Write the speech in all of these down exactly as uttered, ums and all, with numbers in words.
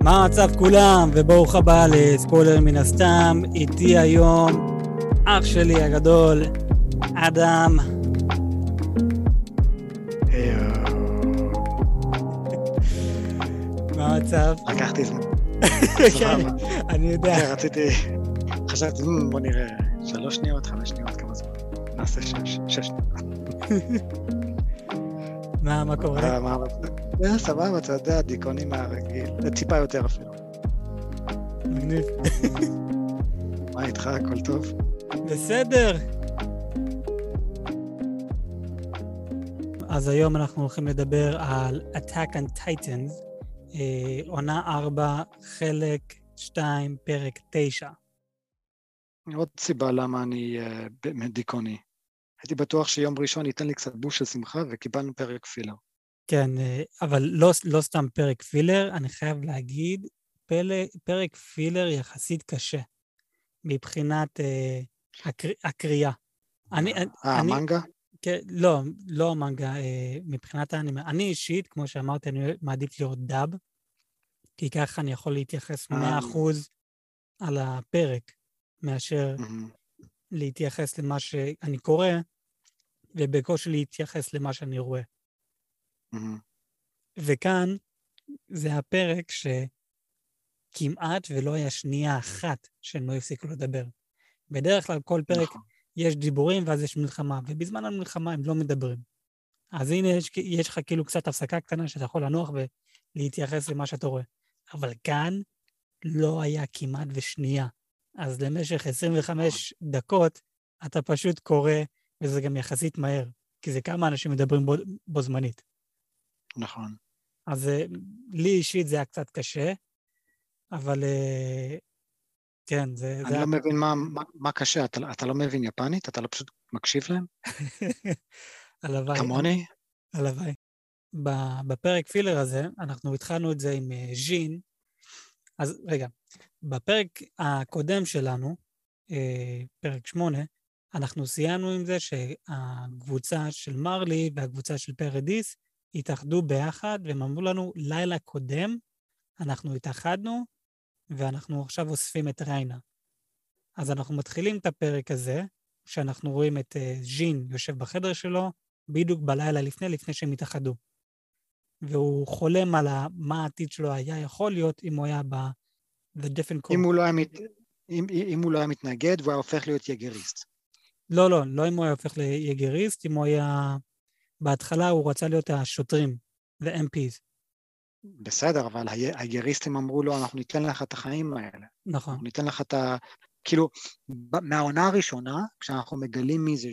מה המצב כולם, וברוך הבא לספוילר מן הסתם. איתי היום אח שלי הגדול, אדם. מה המצב? לקחתי זמן. אני יודע. רציתי, חשבתי, בוא נראה, שלוש שניות, חמש שניות, כמה זמן. נעשה שש, שש שניות. מה, מה קורה? מה, זה סבבה, אתה יודע, דיכאוני מהרגיל, זה טיפה יותר אפילו. מגניב. מה איתך, הכל טוב? בסדר. אז היום אנחנו הולכים לדבר על Attack on Titans, אה, עונה ארבע, חלק שתיים, פרק תשע. עוד סיבה למה אני uh, באמת דיכאוני. הייתי בטוח שיום ראשון ייתן לי קצת בוש של שמחה, וקיבלנו פרק פילר. כן, אבל לא, לא סתם פרק פילר, אני חייב להגיד, פל... פרק פילר יחסית קשה, מבחינת אה, הקר... הקריאה. אני, אה, אני, המנגה? כן, לא, לא המנגה, אה, מבחינת האנימה. אני אישית, כמו שאמרתי, אני מעדיף לראות דאב, כי ככה אני יכול להתייחס מאה אחוז על הפרק, מאשר mm-hmm. להתייחס למה שאני קורא, ובקושי להתייחס למה שאני רואה. Mm-hmm. וכאן זה הפרק שכמעט ולא היה שנייה אחת שהם לא הפסיקו לדבר. בדרך כלל כל פרק נכון. יש דיבורים ואז יש מלחמה, ובזמן המלחמה הם לא מדברים. אז הנה יש, יש לך כאילו קצת הפסקה קטנה שאתה יכול לנוח ולהתייחס למה שאתה רואה. אבל כאן לא היה כמעט ושנייה. אז למשך עשרים וחמש דקות אתה פשוט קורא, וזה גם יחסית מהר, כי זה כמה אנשים מדברים בו, בו זמנית. נכון. אז לי אישית זה היה קצת קשה, אבל כן, זה... אני זה לא היה... מבין מה, מה, מה קשה, אתה, אתה לא מבין יפנית? אתה לא פשוט מקשיב להם? הלוואי. כמוני? הלוואי. בפרק פילר הזה, אנחנו התחלנו את זה עם ז'ין, אז רגע, בפרק הקודם שלנו, פרק שמונה, אנחנו סיימנו עם זה שהקבוצה של מרלי והקבוצה של פרדיס התאחדו ביחד, והם אמרו לנו, לילה קודם אנחנו התאחדנו, ואנחנו עכשיו אוספים את ריינה. אז אנחנו מתחילים את הפרק הזה, שאנחנו רואים את ז'ין יושב בחדר שלו, בדיוק בלילה לפני, לפני שהם התאחדו. והוא חולם על מה העתיד שלו היה יכול להיות, אם הוא היה ב... The different אם הוא לא היה, מת... אם, אם הוא לא היה מתנגד, והוא היה הופך להיות יגריסט. לא, לא, לא אם הוא היה הופך ליגריסט, אם הוא היה... בהתחלה הוא רצה להיות השוטרים, the אם פי'ס. בסדר, אבל היגריסטים אמרו לו, אנחנו ניתן לך את החיים האלה. נכון. אנחנו ניתן לך את ה... כאילו, מהעונה הראשונה, כשאנחנו מגלים מי זה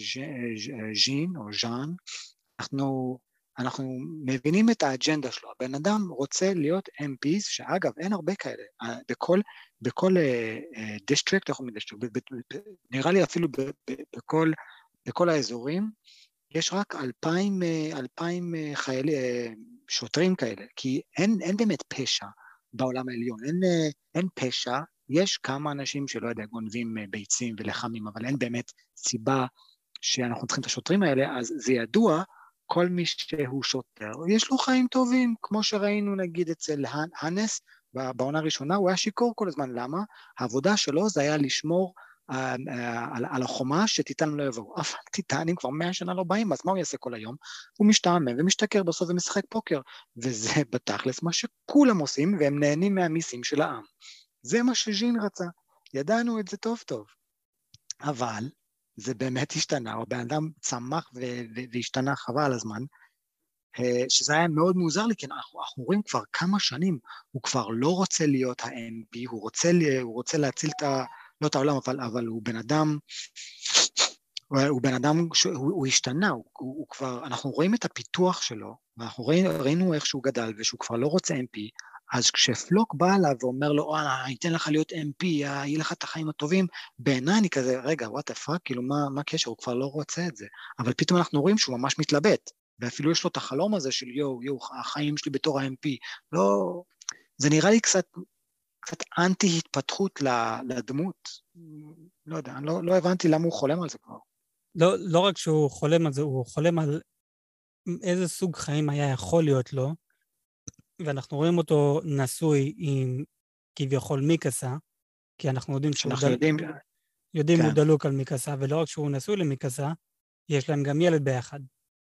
ז'ין או ז'אן, אנחנו, אנחנו מבינים את האג'נדה שלו. הבן אדם רוצה להיות אם פי'ס, שאגב, אין הרבה כאלה. בכל, בכל דיסטריקט, אנחנו מדיסטריקט, נראה לי אפילו בכל, בכל האזורים, יש רק אלפיים, אלפיים חיילים, שוטרים כאלה, כי אין, אין באמת פשע בעולם העליון, אין, אין פשע, יש כמה אנשים שלא יודע, גונבים ביצים ולחמים, אבל אין באמת סיבה שאנחנו צריכים את השוטרים האלה, אז זה ידוע, כל מי שהוא שוטר, יש לו חיים טובים, כמו שראינו נגיד אצל הנס, בעונה הראשונה, הוא היה שיקור כל הזמן, למה? העבודה שלו זה היה לשמור, על, על החומה שטיטנים לא יבואו, אבל טיטנים כבר מאה שנה לא באים, אז מה הוא יעשה כל היום? הוא משתעמם ומשתכר בסוף ומשחק פוקר, וזה בתכלס מה שכולם עושים, והם נהנים מהמיסים של העם. זה מה שז'ין רצה, ידענו את זה טוב טוב, אבל זה באמת השתנה, או בן אדם צמח ו- ו- והשתנה חבל על הזמן, שזה היה מאוד מוזר לי, כי אנחנו, אנחנו רואים כבר כמה שנים, הוא כבר לא רוצה להיות ה-אם פי, הוא רוצה, הוא רוצה להציל את ה... לא את העולם, אבל, אבל הוא בן אדם, הוא, הוא בן אדם, הוא, הוא השתנה, הוא, הוא, הוא כבר, אנחנו רואים את הפיתוח שלו, ואנחנו ראינו, ראינו איך שהוא גדל, ושהוא כבר לא רוצה אם פי, אז כשפלוק בא אליו ואומר לו, אה, אני אתן לך להיות אם פי, יהיה לך את החיים הטובים, בעיניי אני כזה, רגע, what the fuck, כאילו, מה, מה הקשר? הוא כבר לא רוצה את זה, אבל פתאום אנחנו רואים שהוא ממש מתלבט, ואפילו יש לו את החלום הזה של יו, יו, החיים שלי בתור ה-אם פי, לא, זה נראה לי קצת, קצת אנטי-התפתחות לדמות. לא יודע, אני לא, לא הבנתי למה הוא חולם על זה כבר. לא, לא רק שהוא חולם על זה, הוא חולם על איזה סוג חיים היה יכול להיות לו, ואנחנו רואים אותו נשוי עם כביכול מיקסה, כי אנחנו יודעים שהוא שאנחנו דל... יודעים, יודעים הוא כן. דלוק על מיקסה, ולא רק שהוא נשוי למיקסה, יש להם גם ילד ביחד.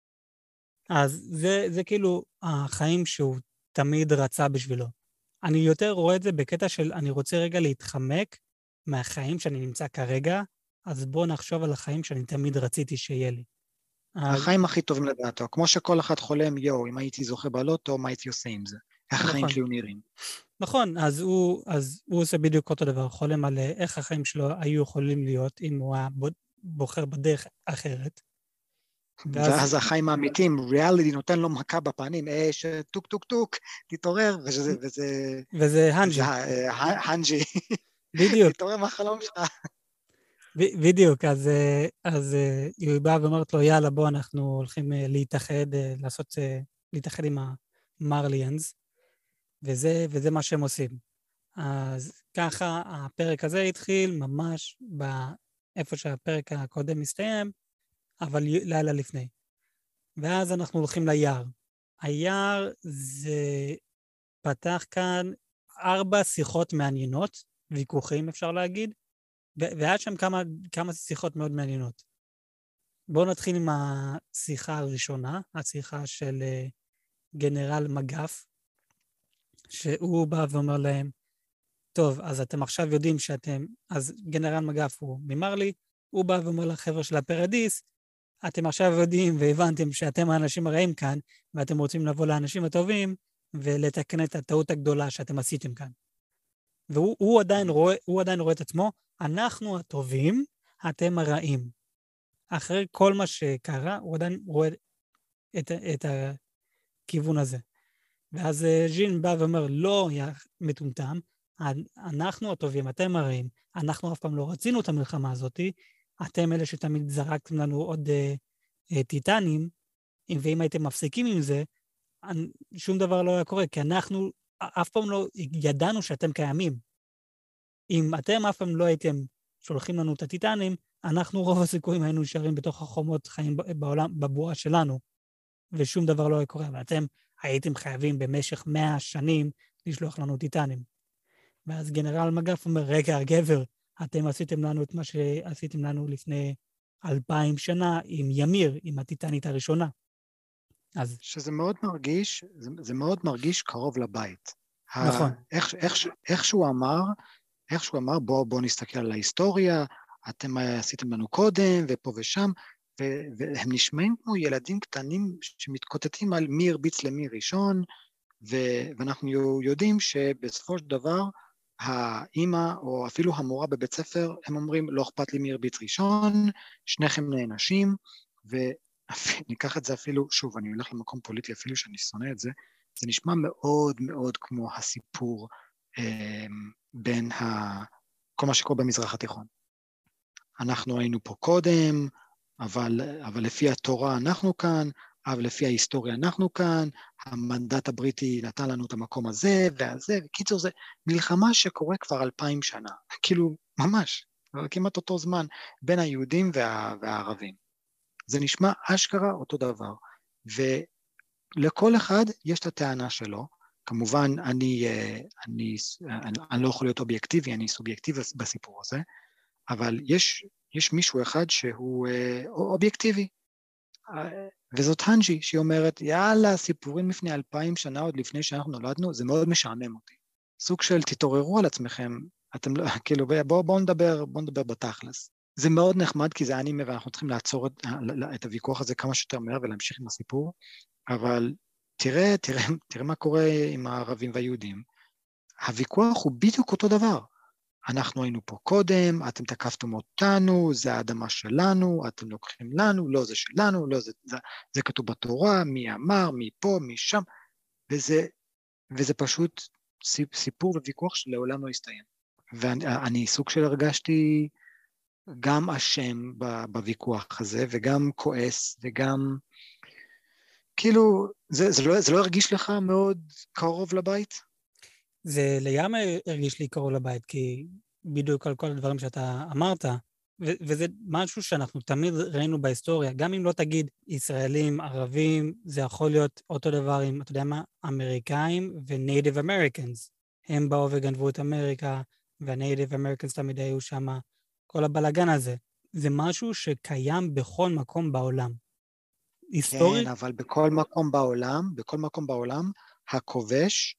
אז זה, זה כאילו החיים שהוא תמיד רצה בשבילו. אני יותר רואה את זה בקטע של אני רוצה רגע להתחמק מהחיים שאני נמצא כרגע, אז בואו נחשוב על החיים שאני תמיד רציתי שיהיה לי. אז, החיים הכי טובים לדעתו, כמו שכל אחד חולם, יו, אם הייתי זוכה בלוטו, מה הייתי עושה עם זה? איך החיים נכון, שלי נראים? נכון, אז הוא, אז הוא עושה בדיוק אותו דבר, חולם על אה, איך החיים שלו היו יכולים להיות אם הוא היה בו- בוחר בדרך אחרת. ואז, ואז החיים האמיתיים, ריאליטי נותן לו מכה בפנים, אה, שטוק טוק טוק, תתעורר, וזה, וזה, וזה הנג'י, וזה ה- הנג'י, בדיוק. תתעורר מהחלום שלך. ב- בדיוק, אז, אה, אז אה, היא באה ואומרת לו, יאללה, בוא, אנחנו הולכים אה, להתאחד, אה, לעשות, אה, להתאחד עם המרליאנס, וזה, וזה מה שהם עושים. אז ככה הפרק הזה התחיל ממש באיפה שהפרק הקודם מסתיים, אבל י- לילה לפני. ואז אנחנו הולכים ליער. היער זה פתח כאן ארבע שיחות מעניינות, ויכוחים אפשר להגיד, ו- והיה שם כמה, כמה שיחות מאוד מעניינות. בואו נתחיל עם השיחה הראשונה, השיחה של uh, גנרל מגף, שהוא בא ואומר להם, טוב, אז אתם עכשיו יודעים שאתם, אז גנרל מגף הוא ממרלי, הוא בא ואומר לחבר'ה של הפרדיס, אתם עכשיו יודעים והבנתם שאתם האנשים הרעים כאן, ואתם רוצים לבוא לאנשים הטובים, ולתקן את הטעות הגדולה שאתם עשיתם כאן. והוא הוא עדיין, רואה, הוא עדיין רואה את עצמו, אנחנו הטובים, אתם הרעים. אחרי כל מה שקרה, הוא עדיין רואה את, את הכיוון הזה. ואז ז'ין בא ואומר, לא, יא מטומטם, אנחנו הטובים, אתם הרעים, אנחנו אף פעם לא רצינו את המלחמה הזאת, אתם אלה שתמיד זרקתם לנו עוד אה, אה, טיטנים, ואם הייתם מפסיקים עם זה, שום דבר לא היה קורה, כי אנחנו אף פעם לא ידענו שאתם קיימים. אם אתם אף פעם לא הייתם שולחים לנו את הטיטנים, אנחנו רוב הסיכויים היינו נשארים בתוך החומות חיים בעולם, בבועה שלנו, ושום דבר לא היה קורה, ואתם הייתם חייבים במשך מאה שנים לשלוח לנו טיטנים. ואז גנרל מגף אומר, רגע, גבר, אתם עשיתם לנו את מה שעשיתם לנו לפני אלפיים שנה עם ימיר, עם הטיטנית הראשונה. אז... שזה מאוד מרגיש, זה, זה מאוד מרגיש קרוב לבית. נכון. ה, איך, איך, איך שהוא אמר, איך שהוא אמר, בוא, בוא נסתכל על ההיסטוריה, אתם עשיתם לנו קודם, ופה ושם, ו, והם נשמעים כמו ילדים קטנים שמתקוטטים על מי הרביץ למי ראשון, ו, ואנחנו יודעים שבסופו של דבר, האמא או אפילו המורה בבית ספר, הם אומרים, לא אכפת לי מי הרביץ ראשון, שניכם נענשים, וניקח את זה אפילו, שוב, אני הולך למקום פוליטי אפילו שאני שונא את זה, זה נשמע מאוד מאוד כמו הסיפור אה, בין ה... כל מה שקורה במזרח התיכון. אנחנו היינו פה קודם, אבל, אבל לפי התורה אנחנו כאן, אבל לפי ההיסטוריה אנחנו כאן, המנדט הבריטי נתן לנו את המקום הזה והזה, וקיצור זה מלחמה שקורה כבר אלפיים שנה, כאילו ממש, כמעט אותו זמן, בין היהודים וה, והערבים. זה נשמע אשכרה אותו דבר, ולכל אחד יש את הטענה שלו, כמובן אני, אני, אני, אני לא יכול להיות אובייקטיבי, אני סובייקטיבי בסיפור הזה, אבל יש, יש מישהו אחד שהוא אובייקטיבי, וזאת הנג'י, שהיא אומרת, יאללה, סיפורים לפני אלפיים שנה, עוד לפני שאנחנו נולדנו, זה מאוד משעמם אותי. סוג של תתעוררו על עצמכם, אתם לא, כאילו, בואו בוא נדבר, בואו נדבר בתכלס. זה מאוד נחמד, כי זה אנימה, ואנחנו צריכים לעצור את, את הוויכוח הזה כמה שיותר מהר, ולהמשיך עם הסיפור, אבל תראה, תראה, תראה מה קורה עם הערבים והיהודים. הוויכוח הוא בדיוק אותו דבר. אנחנו היינו פה קודם, אתם תקפתם אותנו, זה האדמה שלנו, אתם לוקחים לנו, לא זה שלנו, לא זה, זה, זה כתוב בתורה, מי אמר, מי פה, מי שם, וזה, וזה פשוט סיפור וויכוח שלעולם לא יסתיים. ואני סוג של הרגשתי גם אשם בוויכוח הזה, וגם כועס, וגם, כאילו, זה, זה, לא, זה לא הרגיש לך מאוד קרוב לבית? זה לגמרי הרגיש לי קרוב לבית, כי בדיוק על כל הדברים שאתה אמרת, ו- וזה משהו שאנחנו תמיד ראינו בהיסטוריה, גם אם לא תגיד ישראלים, ערבים, זה יכול להיות אותו דבר עם, אתה יודע מה, אמריקאים ו-Native Americans. הם באו וגנבו את אמריקה, וה-Native Americans תמיד היו שם, כל הבלגן הזה. זה משהו שקיים בכל מקום בעולם. היסטורית? כן, אבל בכל מקום בעולם, בכל מקום בעולם, הכובש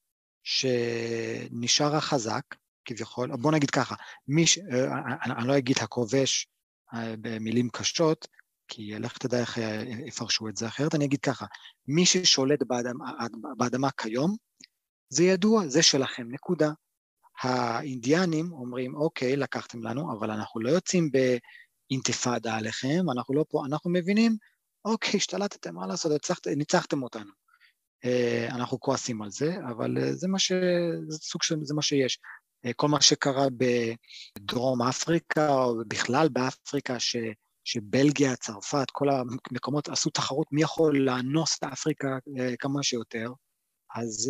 שנשאר החזק, כביכול, בוא נגיד ככה, מי ש... אני, אני לא אגיד הכובש במילים קשות, כי לך תדע איך יפרשו את זה אחרת, אני אגיד ככה, מי ששולט באדמה, באדמה כיום, זה ידוע, זה שלכם, נקודה. האינדיאנים אומרים, אוקיי, לקחתם לנו, אבל אנחנו לא יוצאים באינתיפאדה עליכם, אנחנו לא פה, אנחנו מבינים, אוקיי, השתלטתם, מה לעשות, ניצחתם אותנו. אנחנו כועסים על זה, אבל זה מה ש... זה סוג של... זה מה שיש. כל מה שקרה בדרום אפריקה, או בכלל באפריקה, ש... שבלגיה, צרפת, כל המקומות עשו תחרות, מי יכול לאנוס את אפריקה כמה שיותר, אז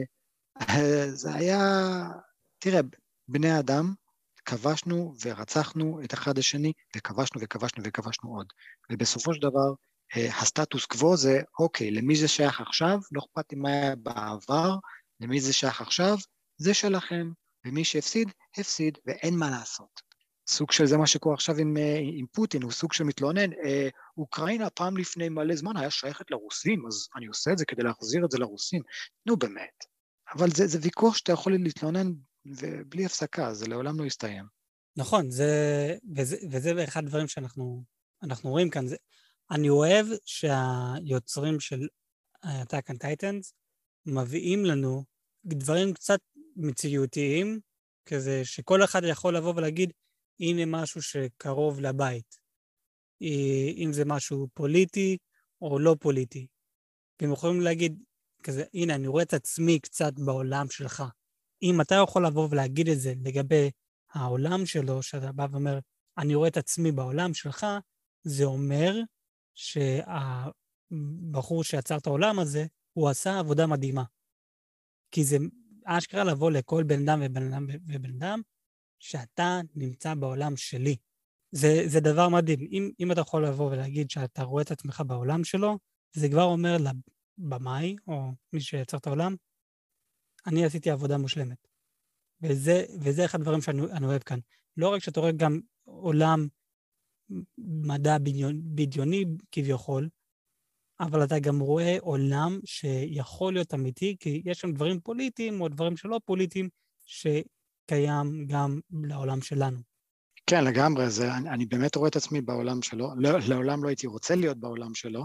זה היה... תראה, בני אדם, כבשנו ורצחנו את אחד השני, וכבשנו וכבשנו וכבשנו עוד. ובסופו של דבר, הסטטוס קוו זה, אוקיי, למי זה שייך עכשיו? לא אכפת לי מה היה בעבר, למי זה שייך עכשיו? זה שלכם, ומי שהפסיד, הפסיד, ואין מה לעשות. סוג של זה מה שקורה עכשיו עם, עם פוטין, הוא סוג של מתלונן, אוקראינה פעם לפני מלא זמן היה שייכת לרוסים, אז אני עושה את זה כדי להחזיר את זה לרוסים. נו באמת. אבל זה, זה ויכוח שאתה יכול להתלונן ובלי הפסקה, זה לעולם לא יסתיים. נכון, זה, וזה, וזה אחד הדברים שאנחנו אנחנו רואים כאן. זה, אני אוהב שהיוצרים של Attack on Titans מביאים לנו דברים קצת מציאותיים, כזה שכל אחד יכול לבוא ולהגיד, הנה משהו שקרוב לבית. אם זה משהו פוליטי או לא פוליטי. והם יכולים להגיד, כזה, הנה, אני רואה את עצמי קצת בעולם שלך. אם אתה יכול לבוא ולהגיד את זה לגבי העולם שלו, שאתה בא ואומר, אני רואה את עצמי בעולם שלך, זה אומר שהבחור שיצר את העולם הזה, הוא עשה עבודה מדהימה. כי זה אשכרה לבוא לכל בן אדם ובן אדם ובן אדם, שאתה נמצא בעולם שלי. זה, זה דבר מדהים. אם, אם אתה יכול לבוא ולהגיד שאתה רואה את עצמך בעולם שלו, זה כבר אומר לבמאי, או מי שיצר את העולם, אני עשיתי עבודה מושלמת. וזה, וזה אחד הדברים שאני אוהב כאן. לא רק שאתה רואה גם עולם מדע בדיוני כביכול, אבל אתה גם רואה עולם שיכול להיות אמיתי, כי יש שם דברים פוליטיים או דברים שלא פוליטיים, שקיים גם לעולם שלנו. כן, לגמרי, זה, אני, אני באמת רואה את עצמי בעולם שלו, לא, לעולם לא הייתי רוצה להיות בעולם שלו,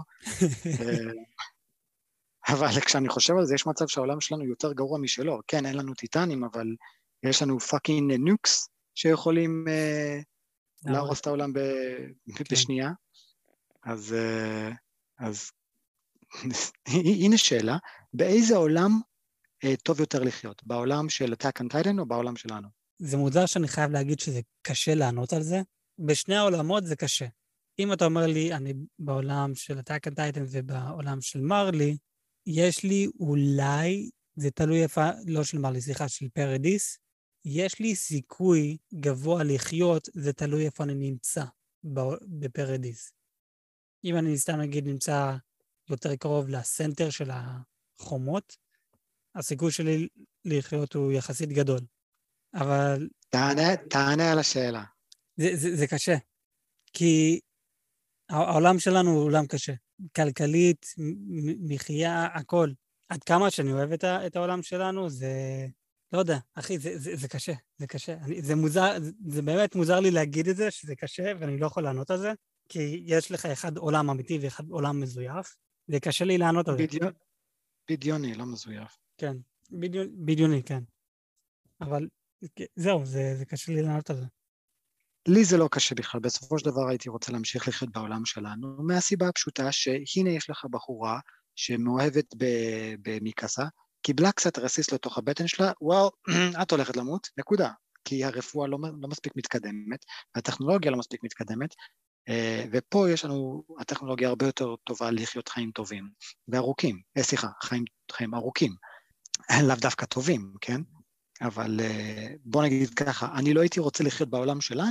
אבל כשאני חושב על זה, יש מצב שהעולם שלנו יותר גרוע משלו. כן, אין לנו טיטנים, אבל יש לנו פאקינג נוקס שיכולים uh, להרוס את העולם ב- כן. בשנייה. אז, uh, אז הנה שאלה, באיזה עולם uh, טוב יותר לחיות? בעולם של Attack on Titan או בעולם שלנו? זה מוזר שאני חייב להגיד שזה קשה לענות על זה. בשני העולמות זה קשה. אם אתה אומר לי, אני בעולם של Attack on Titan ובעולם של מרלי, יש לי אולי, זה תלוי איפה, לא של מרלי, סליחה, של פרדיס, יש לי סיכוי גבוה לחיות, זה תלוי איפה אני נמצא בפרדיס. אם אני סתם נגיד נמצא יותר קרוב לסנטר של החומות, הסיכוי שלי לחיות הוא יחסית גדול. אבל... תענה, תענה על השאלה. זה, זה, זה קשה. כי העולם שלנו הוא עולם קשה. כלכלית, מחיה, הכל. עד כמה שאני אוהב את, ה, את העולם שלנו, זה... לא יודע, אחי, זה, זה, זה קשה. זה קשה. אני, זה מוזר, זה, זה באמת מוזר לי להגיד את זה, שזה קשה, ואני לא יכול לענות על זה, כי יש לך אחד עולם אמיתי ואחד עולם מזויף, זה קשה לי לענות על זה. בדיון, בדיוני, לא מזויף. כן, בדיון, בדיוני, כן. אבל זהו, זה, זה קשה לי לענות על זה. לי זה לא קשה בכלל, בסופו של דבר הייתי רוצה להמשיך לחיות בעולם שלנו, מהסיבה הפשוטה שהנה יש לך בחורה שמאוהבת במיקסה, קיבלה קצת רסיס לתוך הבטן שלה, וואו, את הולכת למות, נקודה, כי הרפואה לא, לא מספיק מתקדמת, והטכנולוגיה לא מספיק מתקדמת, ופה יש לנו, הטכנולוגיה הרבה יותר טובה לחיות חיים טובים, וארוכים, סליחה, חיים, חיים ארוכים, לאו דווקא טובים, כן? אבל בוא נגיד ככה, אני לא הייתי רוצה לחיות בעולם שלנו,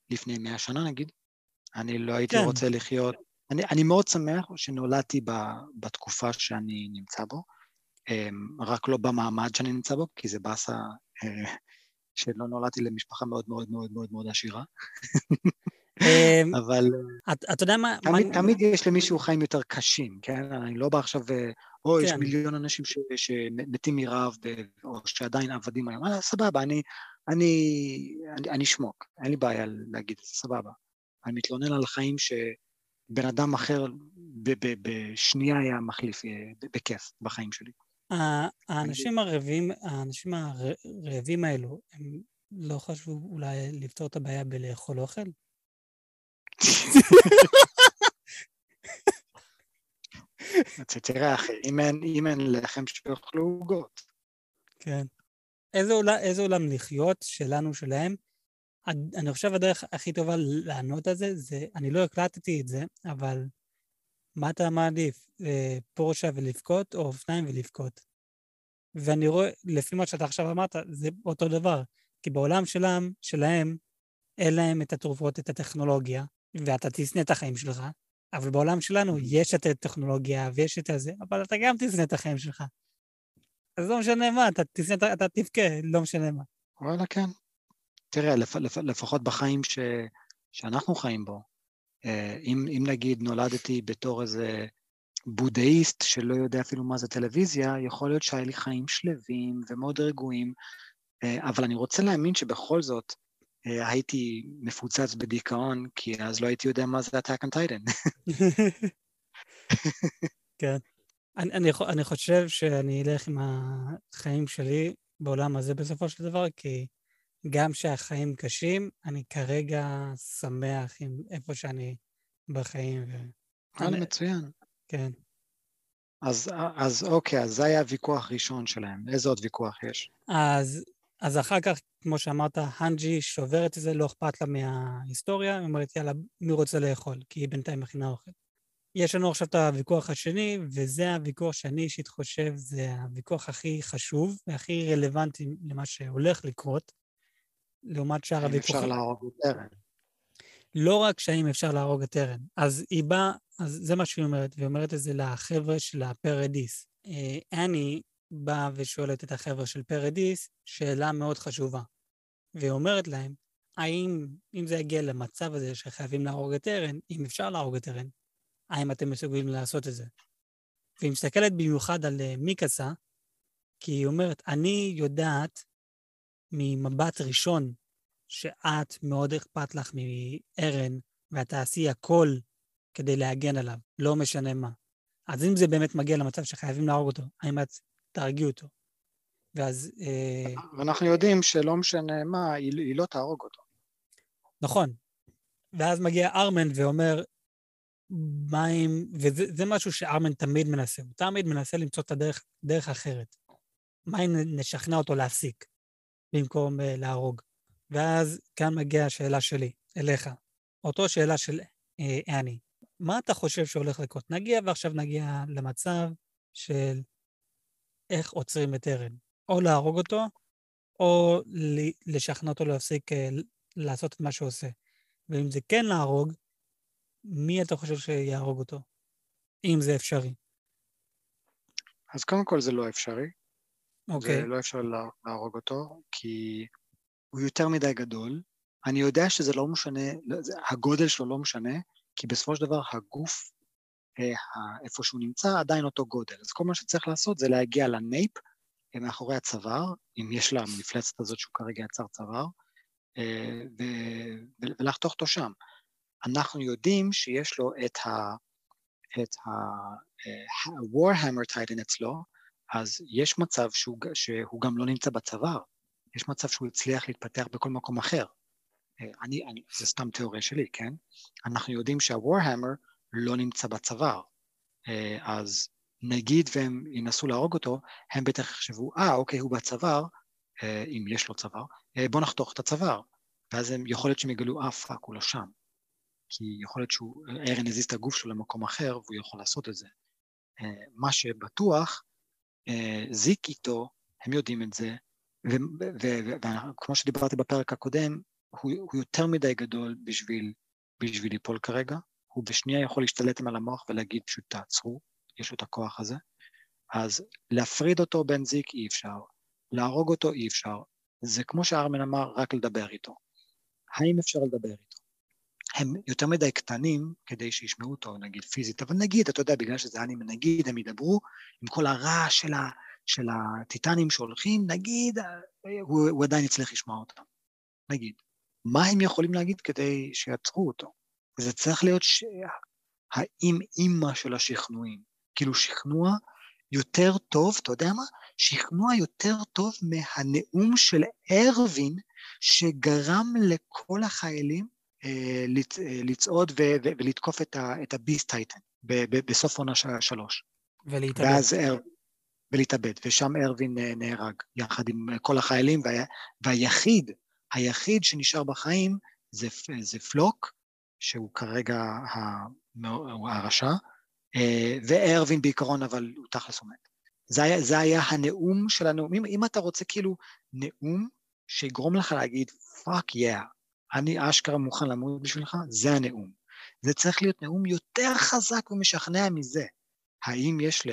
לפני מאה שנה נגיד, אני לא הייתי כן. רוצה לחיות, אני, אני מאוד שמח שנולדתי ב, בתקופה שאני נמצא בו, רק לא במעמד שאני נמצא בו, כי זה באסה שלא נולדתי למשפחה מאוד מאוד מאוד מאוד מאוד עשירה. אבל אתה יודע מה... תמיד, תמיד יש למישהו חיים יותר קשים, כן? אני לא בא עכשיו, או יש מיליון אנשים שמתים מרעב, או שעדיין עבדים היום, סבבה, אני, אני, אני אשמוק, אין לי בעיה להגיד, סבבה. אני מתלונן על חיים שבן אדם אחר בשנייה היה מחליף בכיף בחיים שלי. האנשים הרעבים, האנשים הרעבים האלו, הם לא חשבו אולי לפתור את הבעיה בלאכול אוכל? תראה אחי, אם אין לחם שיאכלו עוגות. כן. איזה עולם לחיות שלנו, שלהם? אני חושב הדרך הכי טובה לענות על זה, זה, אני לא הקלטתי את זה, אבל מה אתה מעדיף? פורשה ולבכות, או אופניים ולבכות? ואני רואה, לפי מה שאתה עכשיו אמרת, זה אותו דבר. כי בעולם שלהם, שלהם, אין להם את התרופות, את הטכנולוגיה, ואתה תשנא את החיים שלך, אבל בעולם שלנו יש את הטכנולוגיה, ויש את הזה, אבל אתה גם תשנא את החיים שלך. אז לא משנה מה, אתה תשנא, אתה תבכה, לא משנה מה. וואלה, כן. תראה, לפ, לפ, לפחות בחיים ש, שאנחנו חיים בו, אם, אם נגיד נולדתי בתור איזה בודהיסט שלא יודע אפילו מה זה טלוויזיה, יכול להיות שהיה לי חיים שלווים ומאוד רגועים, אבל אני רוצה להאמין שבכל זאת הייתי מפוצץ בדיכאון, כי אז לא הייתי יודע מה זה Attack on Titan. כן. אני, אני, אני חושב שאני אלך עם החיים שלי בעולם הזה בסופו של דבר, כי גם שהחיים קשים, אני כרגע שמח עם איפה שאני בחיים. היה לי מצוין. כן. אז, אז אוקיי, אז זה היה הוויכוח הראשון שלהם. איזה עוד ויכוח יש? אז, אז אחר כך, כמו שאמרת, הנג'י שוברת את זה, לא אכפת לה מההיסטוריה, היא אומרת, יאללה, מי רוצה לאכול? כי היא בינתיים מכינה אוכל. יש לנו עכשיו את הוויכוח השני, וזה הוויכוח שאני אישית חושב, זה הוויכוח הכי חשוב, והכי רלוונטי למה שהולך לקרות, לעומת שאר הוויכוחים. אפשר להרוג את טרן. לא רק שהאם אפשר להרוג את טרן. אז היא באה, אז זה מה שהיא אומרת, והיא אומרת את זה לחבר'ה של הפרדיס. אני באה ושואלת את החבר'ה של פרדיס, שאלה מאוד חשובה. והיא אומרת להם, האם, אם זה יגיע למצב הזה שחייבים להרוג את טרן, אם אפשר להרוג את טרן, האם אתם מסוגלים לעשות את זה? והיא מסתכלת במיוחד על מיקסה, כי היא אומרת, אני יודעת ממבט ראשון, שאת מאוד אכפת לך מארן, ואת תעשי הכל כדי להגן עליו, לא משנה מה. אז אם זה באמת מגיע למצב שחייבים להרוג אותו, האם את תהרגי אותו? ואז... ואנחנו יודעים שלא משנה מה, היא לא תהרוג אותו. נכון. ואז מגיע ארמן ואומר, מה אם... וזה משהו שארמן תמיד מנסה. הוא תמיד מנסה למצוא את הדרך דרך אחרת. מה אם נשכנע אותו להפסיק, במקום להרוג? ואז כאן מגיעה השאלה שלי, אליך. אותו שאלה של אה, אני. מה אתה חושב שהולך לקרות? נגיע ועכשיו נגיע למצב של איך עוצרים את ארן. או להרוג אותו, או לשכנע אותו להפסיק אה, לעשות את מה שהוא עושה. ואם זה כן להרוג, מי אתה חושב שיהרוג אותו? אם זה אפשרי. אז קודם כל זה לא אפשרי. אוקיי. זה לא אפשר להרוג אותו, כי הוא יותר מדי גדול. אני יודע שזה לא משנה, הגודל שלו לא משנה, כי בסופו של דבר הגוף, איפה שהוא נמצא, עדיין אותו גודל. אז כל מה שצריך לעשות זה להגיע לנייפ, מאחורי הצוואר, אם יש לה מפלצת הזאת שהוא כרגע יצר צוואר, ולחתוך אותו שם. אנחנו יודעים שיש לו את ה-Warhammer Titan אצלו, אז יש מצב שהוא, שהוא גם לא נמצא בצוואר. יש מצב שהוא הצליח להתפתח בכל מקום אחר. אני, אני, זה סתם תיאוריה שלי, כן? אנחנו יודעים שה-Warhammer לא נמצא בצוואר. אז נגיד והם ינסו להרוג אותו, הם בטח יחשבו, אה, אוקיי, הוא בצוואר, אם יש לו צוואר, בוא נחתוך את הצוואר. ואז הם יכול להיות שהם יגלו, אה, פאק, הוא לא שם. כי יכול להיות שהוא, ארן הזיז את הגוף שלו למקום אחר, והוא יכול לעשות את זה. מה שבטוח, זיק איתו, הם יודעים את זה, וכמו שדיברתי בפרק הקודם, הוא, הוא יותר מדי גדול בשביל, בשביל ליפול כרגע, הוא בשנייה יכול להשתלט על המוח ולהגיד פשוט תעצרו, יש לו את הכוח הזה, אז להפריד אותו בן זיק אי אפשר, להרוג אותו אי אפשר, זה כמו שארמן אמר, רק לדבר איתו. האם אפשר לדבר איתו? הם יותר מדי קטנים כדי שישמעו אותו, נגיד פיזית, אבל נגיד, אתה יודע, בגלל שזה אני נגיד, הם ידברו עם כל הרעש של, ה, של הטיטנים שהולכים, נגיד, הוא, הוא עדיין יצליח לשמוע אותם. נגיד, מה הם יכולים להגיד כדי שיעצרו אותו? זה צריך להיות ש... האם אימא של השכנועים, כאילו שכנוע יותר טוב, אתה יודע מה? שכנוע יותר טוב מהנאום של ארווין, שגרם לכל החיילים אה, לצ... אה, לצעוד ו... ו... ולתקוף את, ה... את הביסט טייטן, ב... ב... בסוף עונה שלוש. ולהתאבד. ואז אר... ולהתאבד, ושם ארווין נהרג, יחד עם כל החיילים, וה... והיחיד, היחיד שנשאר בחיים, זה, זה פלוק, שהוא כרגע הרשע, וארווין בעיקרון, אבל הוא תכלס עומד. זה היה, זה היה הנאום של הנאומים, אם אתה רוצה כאילו נאום, שיגרום לך להגיד, fuck yeah, אני אשכרה מוכן למות בשבילך, זה הנאום. זה צריך להיות נאום יותר חזק ומשכנע מזה. האם יש ל,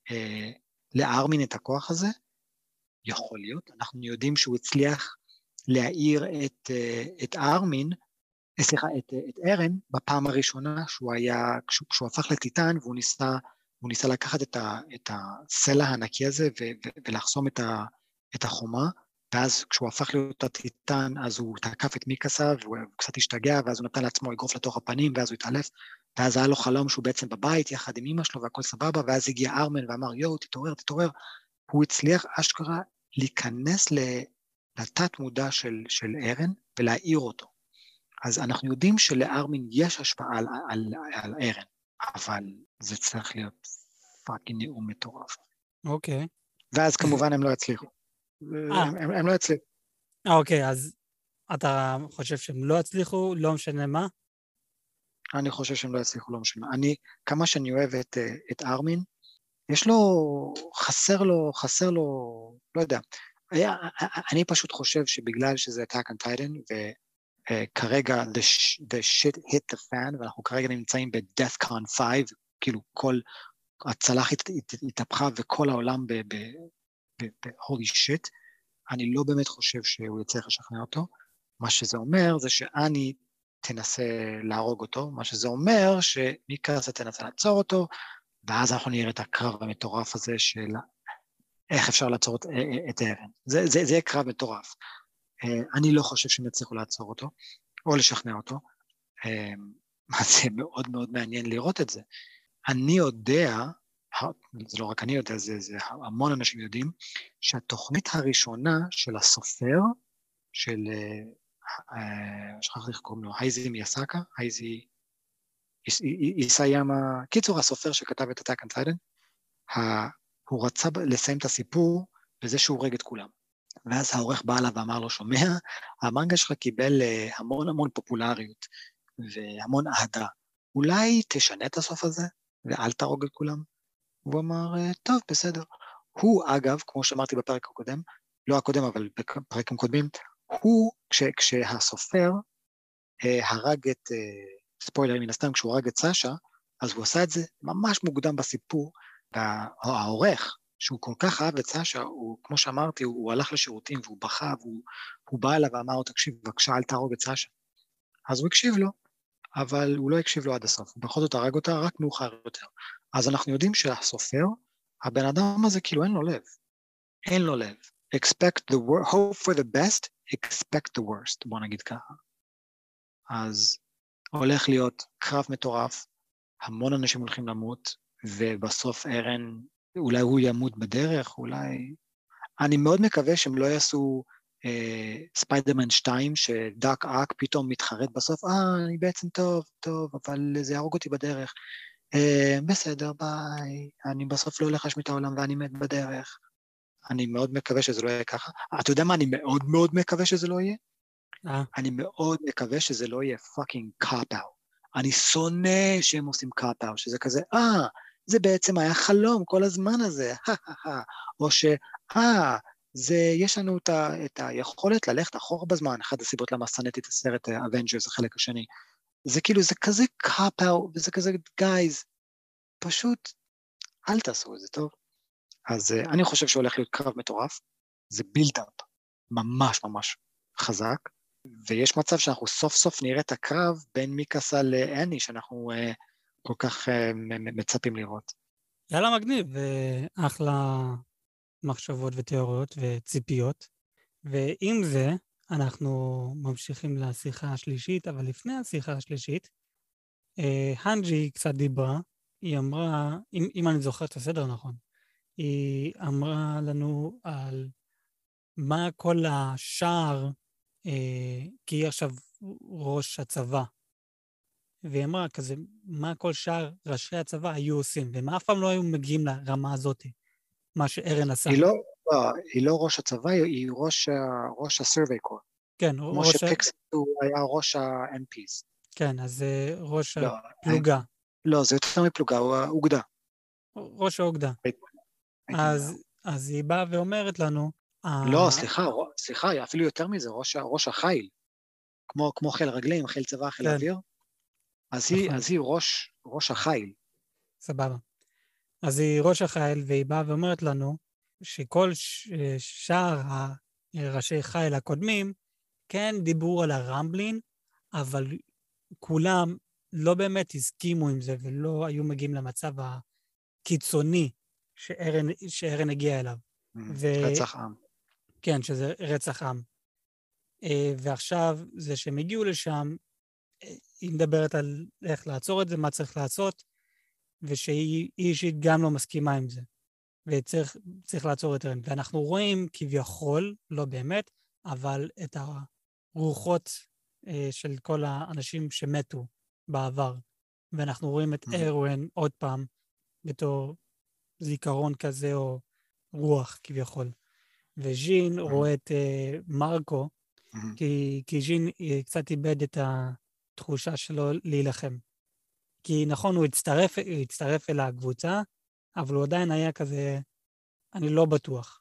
לארמין את הכוח הזה? יכול להיות, אנחנו יודעים שהוא הצליח להעיר את, את ארמין, סליחה, את, את ארן, בפעם הראשונה שהוא היה, כשהוא, כשהוא הפך לטיטן, והוא ניסה, הוא ניסה לקחת את, ה, את הסלע הענקי הזה, ו, ו, ולחסום את, ה, את החומה, ואז כשהוא הפך להיות הטיטן, אז הוא תקף את מיקסה, והוא קצת השתגע, ואז הוא נתן לעצמו אגרוף לתוך הפנים, ואז הוא התעלף, ואז היה לו חלום שהוא בעצם בבית, יחד עם אמא שלו, והכל סבבה, ואז הגיע ארמן ואמר, יואו, תתעורר, תתעורר, הוא הצליח אשכרה להיכנס לתת מודע של, של ארן, ולהעיר אותו. אז אנחנו יודעים שלארמין יש השפעה על, על, על ארן, אבל זה צריך להיות פאקינג נאום מטורף. אוקיי. ואז כמובן הם לא יצליחו. הם, הם, הם לא יצליחו. אוקיי, אז אתה חושב שהם לא יצליחו, לא משנה מה? אני חושב שהם לא יצליחו, לא משנה. אני, כמה שאני אוהב את, את ארמין, יש לו, חסר לו, חסר לו, לא יודע. היה, אני פשוט חושב שבגלל שזה Attack on Titan, ו... Uh, כרגע the, sh- the shit hit the fan, ואנחנו כרגע נמצאים ב-Deathcon חמש, כאילו כל הצלחת התהפכה וכל העולם ב-holy shit, אני לא באמת חושב שהוא יצליח לשכנע אותו, מה שזה אומר זה שאני תנסה להרוג אותו, מה שזה אומר שמיקסה תנסה לעצור אותו, ואז אנחנו נראה את הקרב המטורף הזה של איך אפשר לעצור את, את ארן. זה, זה, זה יהיה קרב מטורף. אני לא חושב שהם יצליחו לעצור אותו, או לשכנע אותו. זה מאוד מאוד מעניין לראות את זה. אני יודע, זה לא רק אני יודע, זה, זה המון אנשים יודעים, שהתוכנית הראשונה של הסופר, של, שכחתי איך קוראים לו, הייזי מיאסקה, הייזי, איסאיאמה, קיצור הסופר שכתב את Attack on Titan, הוא רצה לסיים את הסיפור בזה שהוא הורג את כולם. ואז העורך בא לה ואמר לו, שומע, המנגה שלך קיבל המון המון פופולריות והמון אהדה. אולי תשנה את הסוף הזה ואל תהרוג את כולם? הוא אמר, טוב, בסדר. הוא, אגב, כמו שאמרתי בפרק הקודם, לא הקודם, אבל בפרקים קודמים, הוא, כש, כשהסופר אה, הרג את, אה, ספוילר מן הסתם, כשהוא הרג את סאשה, אז הוא עשה את זה ממש מוקדם בסיפור, והעורך, שהוא כל כך אהב את סאשה, הוא, כמו שאמרתי, הוא, הוא הלך לשירותים והוא בכה, והוא הוא בא אליו ואמר לו, תקשיב, בבקשה, אל תהרוג את סאשה. אז הוא הקשיב לו, אבל הוא לא הקשיב לו עד הסוף, הוא בכל זאת הרג אותה רק מאוחר יותר. אז אנחנו יודעים שהסופר, הבן אדם הזה כאילו אין לו לב, אין לו לב. expect the worst, hope for the best, expect the worst, בוא נגיד ככה. אז הולך להיות קרב מטורף, המון אנשים הולכים למות, ובסוף ארן, אולי הוא ימות בדרך, אולי... אני מאוד מקווה שהם לא יעשו אה, ספיידרמן שתיים, שדאק אק פתאום מתחרט בסוף, אה, אני בעצם טוב, טוב, אבל זה יהרוג אותי בדרך. אה, בסדר, ביי, אני בסוף לא הולך להשמיט את העולם ואני מת בדרך. אני מאוד מקווה שזה לא יהיה ככה. אתה יודע מה, אני מאוד מאוד מקווה שזה לא יהיה? אה. אני מאוד מקווה שזה לא יהיה פאקינג קאפ-אאוט. אני שונא שהם עושים קאפ-אאוט, שזה כזה, אה, זה בעצם היה חלום כל הזמן הזה, או ש, אה, זה, יש לנו את, ה, את היכולת ללכת אחורה בזמן, אחת הסיבות למה שנאתי את הסרט אבנג'רס, החלק השני. זה כאילו, זה כזה קאפ-אאוט, וזה כזה, גייז, פשוט, אל תעשו את זה, טוב? אז uh, אני חושב שהולך להיות קרב מטורף, זה בילד-אפ ממש ממש חזק, ויש מצב שאנחנו סוף סוף נראה את הקרב בין מיקאסה לאני, שאנחנו uh, כל כך uh, מצפים לראות. יאללה מגניב, ואחלה מחשבות ותיאוריות וציפיות, ועם זה אנחנו ממשיכים לשיחה השלישית, אבל לפני השיחה השלישית, הנג'י קצת דיברה, היא אמרה, אם, אם אני זוכר את הסדר נכון, היא אמרה לנו על מה כל השער, אה, כי היא עכשיו ראש הצבא, והיא אמרה כזה, מה כל שאר ראשי הצבא היו עושים, ומה אף פעם לא היו מגיעים לרמה הזאת, מה שארן עשה. היא לא, לא, היא לא ראש הצבא, היא ראש, ראש ה-survey corps. כן, כמו ראש... שפיקס הוא היה ראש ה-אם פי'ס. כן, אז זה ראש לא, הפלוגה. לא, זה יותר מפלוגה, הוא האוגדה. ראש האוגדה. אז, אז היא באה ואומרת לנו... לא, סליחה, סליחה, אפילו יותר מזה, ראש, ראש החיל. כמו, כמו חיל רגלים, חיל צבא, חיל כן. אוויר. אז היא, אז היא ראש, ראש החיל. סבבה. אז היא ראש החיל, והיא באה ואומרת לנו שכל ש... שאר הראשי חיל הקודמים, כן דיברו על הרמבלין, אבל כולם לא באמת הסכימו עם זה, ולא היו מגיעים למצב הקיצוני שארן, שארן הגיע אליו. ו... רצח עם. כן, שזה רצח עם. ועכשיו, זה שהם הגיעו לשם, היא מדברת על איך לעצור את זה, מה צריך לעשות, ושהיא אישית גם לא מסכימה עם זה. וצריך צריך לעצור את ארן. ואנחנו רואים כביכול, לא באמת, אבל את הרוחות אה, של כל האנשים שמתו בעבר. ואנחנו רואים את ארן עוד פעם בתור זיכרון כזה או רוח כביכול. וז'ין רואה את אה, מרקו, כי, כי ז'ין קצת איבד את התחושה שלו להילחם. כי נכון, הוא הצטרף, הוא הצטרף אל הקבוצה, אבל הוא עדיין היה כזה, אני לא בטוח.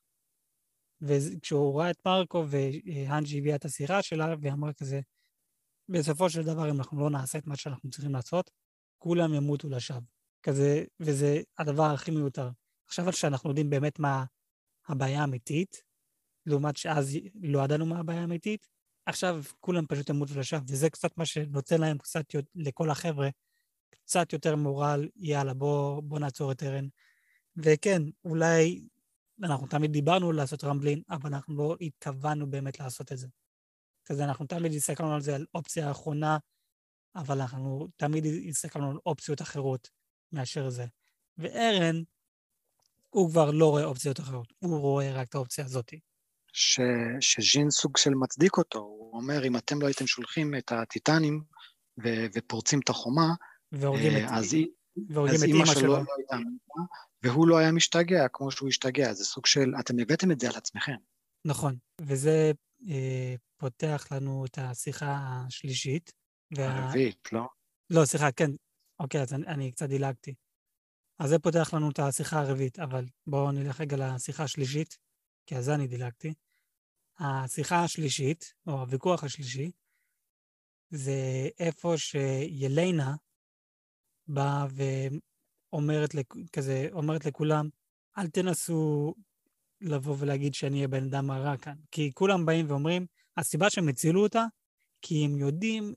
וכשהוא ראה את מרקו, והנג'י הביאה את הסירה שלה, ואמרה כזה, בסופו של דבר, אם אנחנו לא נעשה את מה שאנחנו צריכים לעשות, כולם ימותו לשווא. כזה, וזה הדבר הכי מיותר. עכשיו שאנחנו יודעים באמת מה הבעיה האמיתית, לעומת שאז לא ידענו מה הבעיה האמיתית, עכשיו כולם פשוט ימותו לשווא, וזה קצת מה שנותן להם קצת לכל החבר'ה, קצת יותר מורל, יאללה, בוא, בוא נעצור את ארן. וכן, אולי אנחנו תמיד דיברנו לעשות רמבלין, אבל אנחנו לא התכוונו באמת לעשות את זה. כזה אנחנו תמיד הסתכלנו על זה, על אופציה האחרונה, אבל אנחנו תמיד הסתכלנו על אופציות אחרות מאשר זה. וארן, הוא כבר לא רואה אופציות אחרות, הוא רואה רק את האופציה הזאת. ש, שז'ין סוג של מצדיק אותו, הוא אומר, אם אתם לא הייתם שולחים את הטיטנים ו, ופורצים את החומה, והורגים את, אז, והורגים אז את אמא אמא שלו שלו. לא הייתה מתה, והוא לא היה משתגע כמו שהוא השתגע, זה סוג של, אתם הבאתם את זה על עצמכם. נכון, וזה אה, פותח לנו את השיחה השלישית. הרביעית, וה... לא? לא, סליחה, כן. אוקיי, אז אני, אני קצת דילגתי. אז זה פותח לנו את השיחה הרביעית, אבל בואו נלך רגע לשיחה השלישית, כי על זה אני דילגתי. השיחה השלישית, או הוויכוח השלישי, זה איפה שילנה באה ואומרת כזה, אומרת לכולם, אל תנסו לבוא ולהגיד שאני אהיה בן אדם הרע כאן. כי כולם באים ואומרים, הסיבה שהם הצילו אותה, כי הם יודעים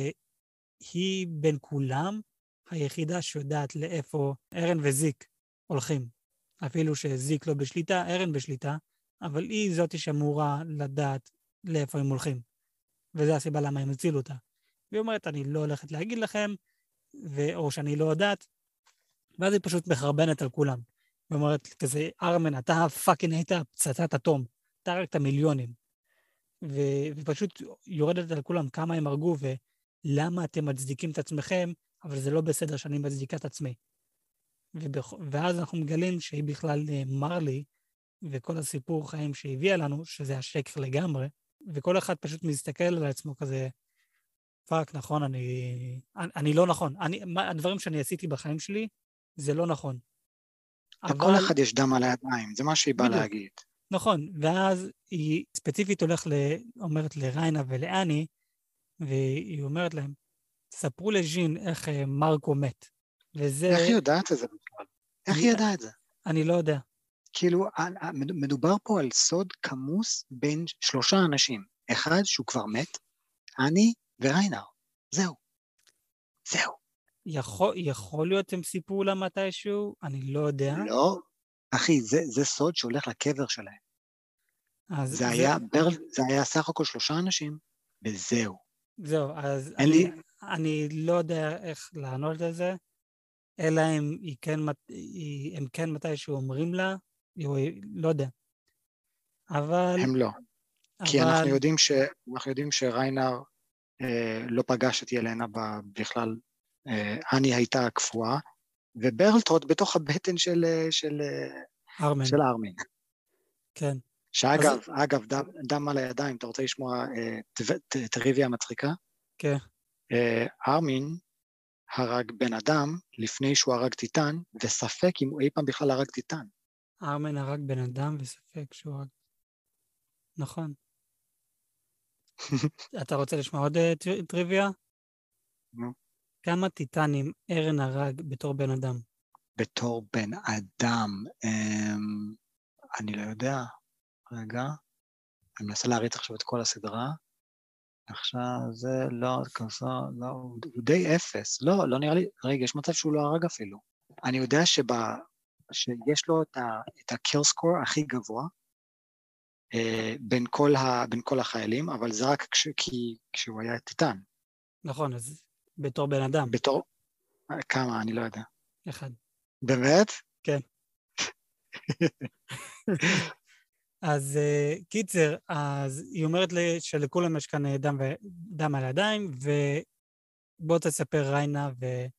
שהיא בין כולם היחידה שיודעת לאיפה ארן וזיק הולכים. אפילו שזיק לא בשליטה, ארן בשליטה, אבל היא זאת שאמורה לדעת לאיפה הם הולכים. וזו הסיבה למה הם הצילו אותה. והיא אומרת, אני לא הולכת להגיד לכם, ו... או שאני לא יודעת, ואז היא פשוט מחרבנת על כולם. היא אומרת כזה, ארמן, אתה פאקינג היית פצצת אטום, אתה הרגת מיליונים. ו... ופשוט יורדת על כולם כמה הם הרגו, ולמה אתם מצדיקים את עצמכם, אבל זה לא בסדר שאני מצדיקה את עצמי. ובח... ואז אנחנו מגלים שהיא בכלל מרלי, וכל הסיפור חיים שהביאה לנו, שזה השקר לגמרי, וכל אחד פשוט מסתכל על עצמו כזה, פאק, נכון, אני, אני, אני לא נכון. אני, מה, הדברים שאני עשיתי בחיים שלי, זה לא נכון. לכל אבל... אחד יש דם על הידיים, זה מה שהיא באה להגיד. נכון, ואז היא ספציפית הולך ל... אומרת לריינה ולאני, והיא אומרת להם, ספרו לג'ין איך אה, מרקו מת. וזה... איך היא יודעת את זה בכלל? איך אני, היא יודעת את זה? אני לא יודע. כאילו, מדובר פה על סוד כמוס בין שלושה אנשים. אחד שהוא כבר מת, אני וריינר. זהו. זהו. יכול, יכול להיות הם סיפרו לה מתישהו? אני לא יודע. לא. אחי, זה, זה סוד שהולך לקבר שלהם. אז זה, זה... היה, ברל, זה היה סך הכל שלושה אנשים, וזהו. זהו, אז אין אני, לי... אני לא יודע איך לענות על זה, אלא אם היא כן, היא, הם כן מתישהו אומרים לה, או לא יודע. אבל... הם לא. כי אבל... אנחנו יודעים, ש, אנחנו יודעים שריינר אה, לא פגש את ילנה בכלל, אה, אני הייתה קפואה, וברלטרוט בתוך הבטן של, של, ארמן. של ארמין. כן. שאגב, אז... אגב, דם, דם על הידיים, אתה רוצה לשמוע אה, טריוויה מצחיקה? כן. אה, ארמין הרג בן אדם לפני שהוא הרג טיטן, וספק אם הוא אי פעם בכלל הרג טיטן. ארמן הרג בן אדם וספק שהוא הרג. נכון. אתה רוצה לשמוע עוד uh, טריוויה? נו. כמה טיטנים ארן הרג בתור בן אדם? בתור בן אדם, אמ, אני לא יודע. רגע, אני מנסה להריץ עכשיו את כל הסדרה. עכשיו זה לא, כזה, לא, הוא די אפס. לא, לא נראה לי, רגע, יש מצב שהוא לא הרג אפילו. אני יודע שבה, שיש לו את, ה, את הקיל סקור הכי גבוה, אה, בין, כל ה, בין כל החיילים, אבל זה רק כש, כי, כשהוא היה טיטן. נכון, אז בתור בן אדם. בתור, כמה, אני לא יודע. אחד. באמת? כן. אז uh, קיצר, אז היא אומרת לי שלכולם יש כאן דם, ו... דם על הידיים, ובוא תספר ריינה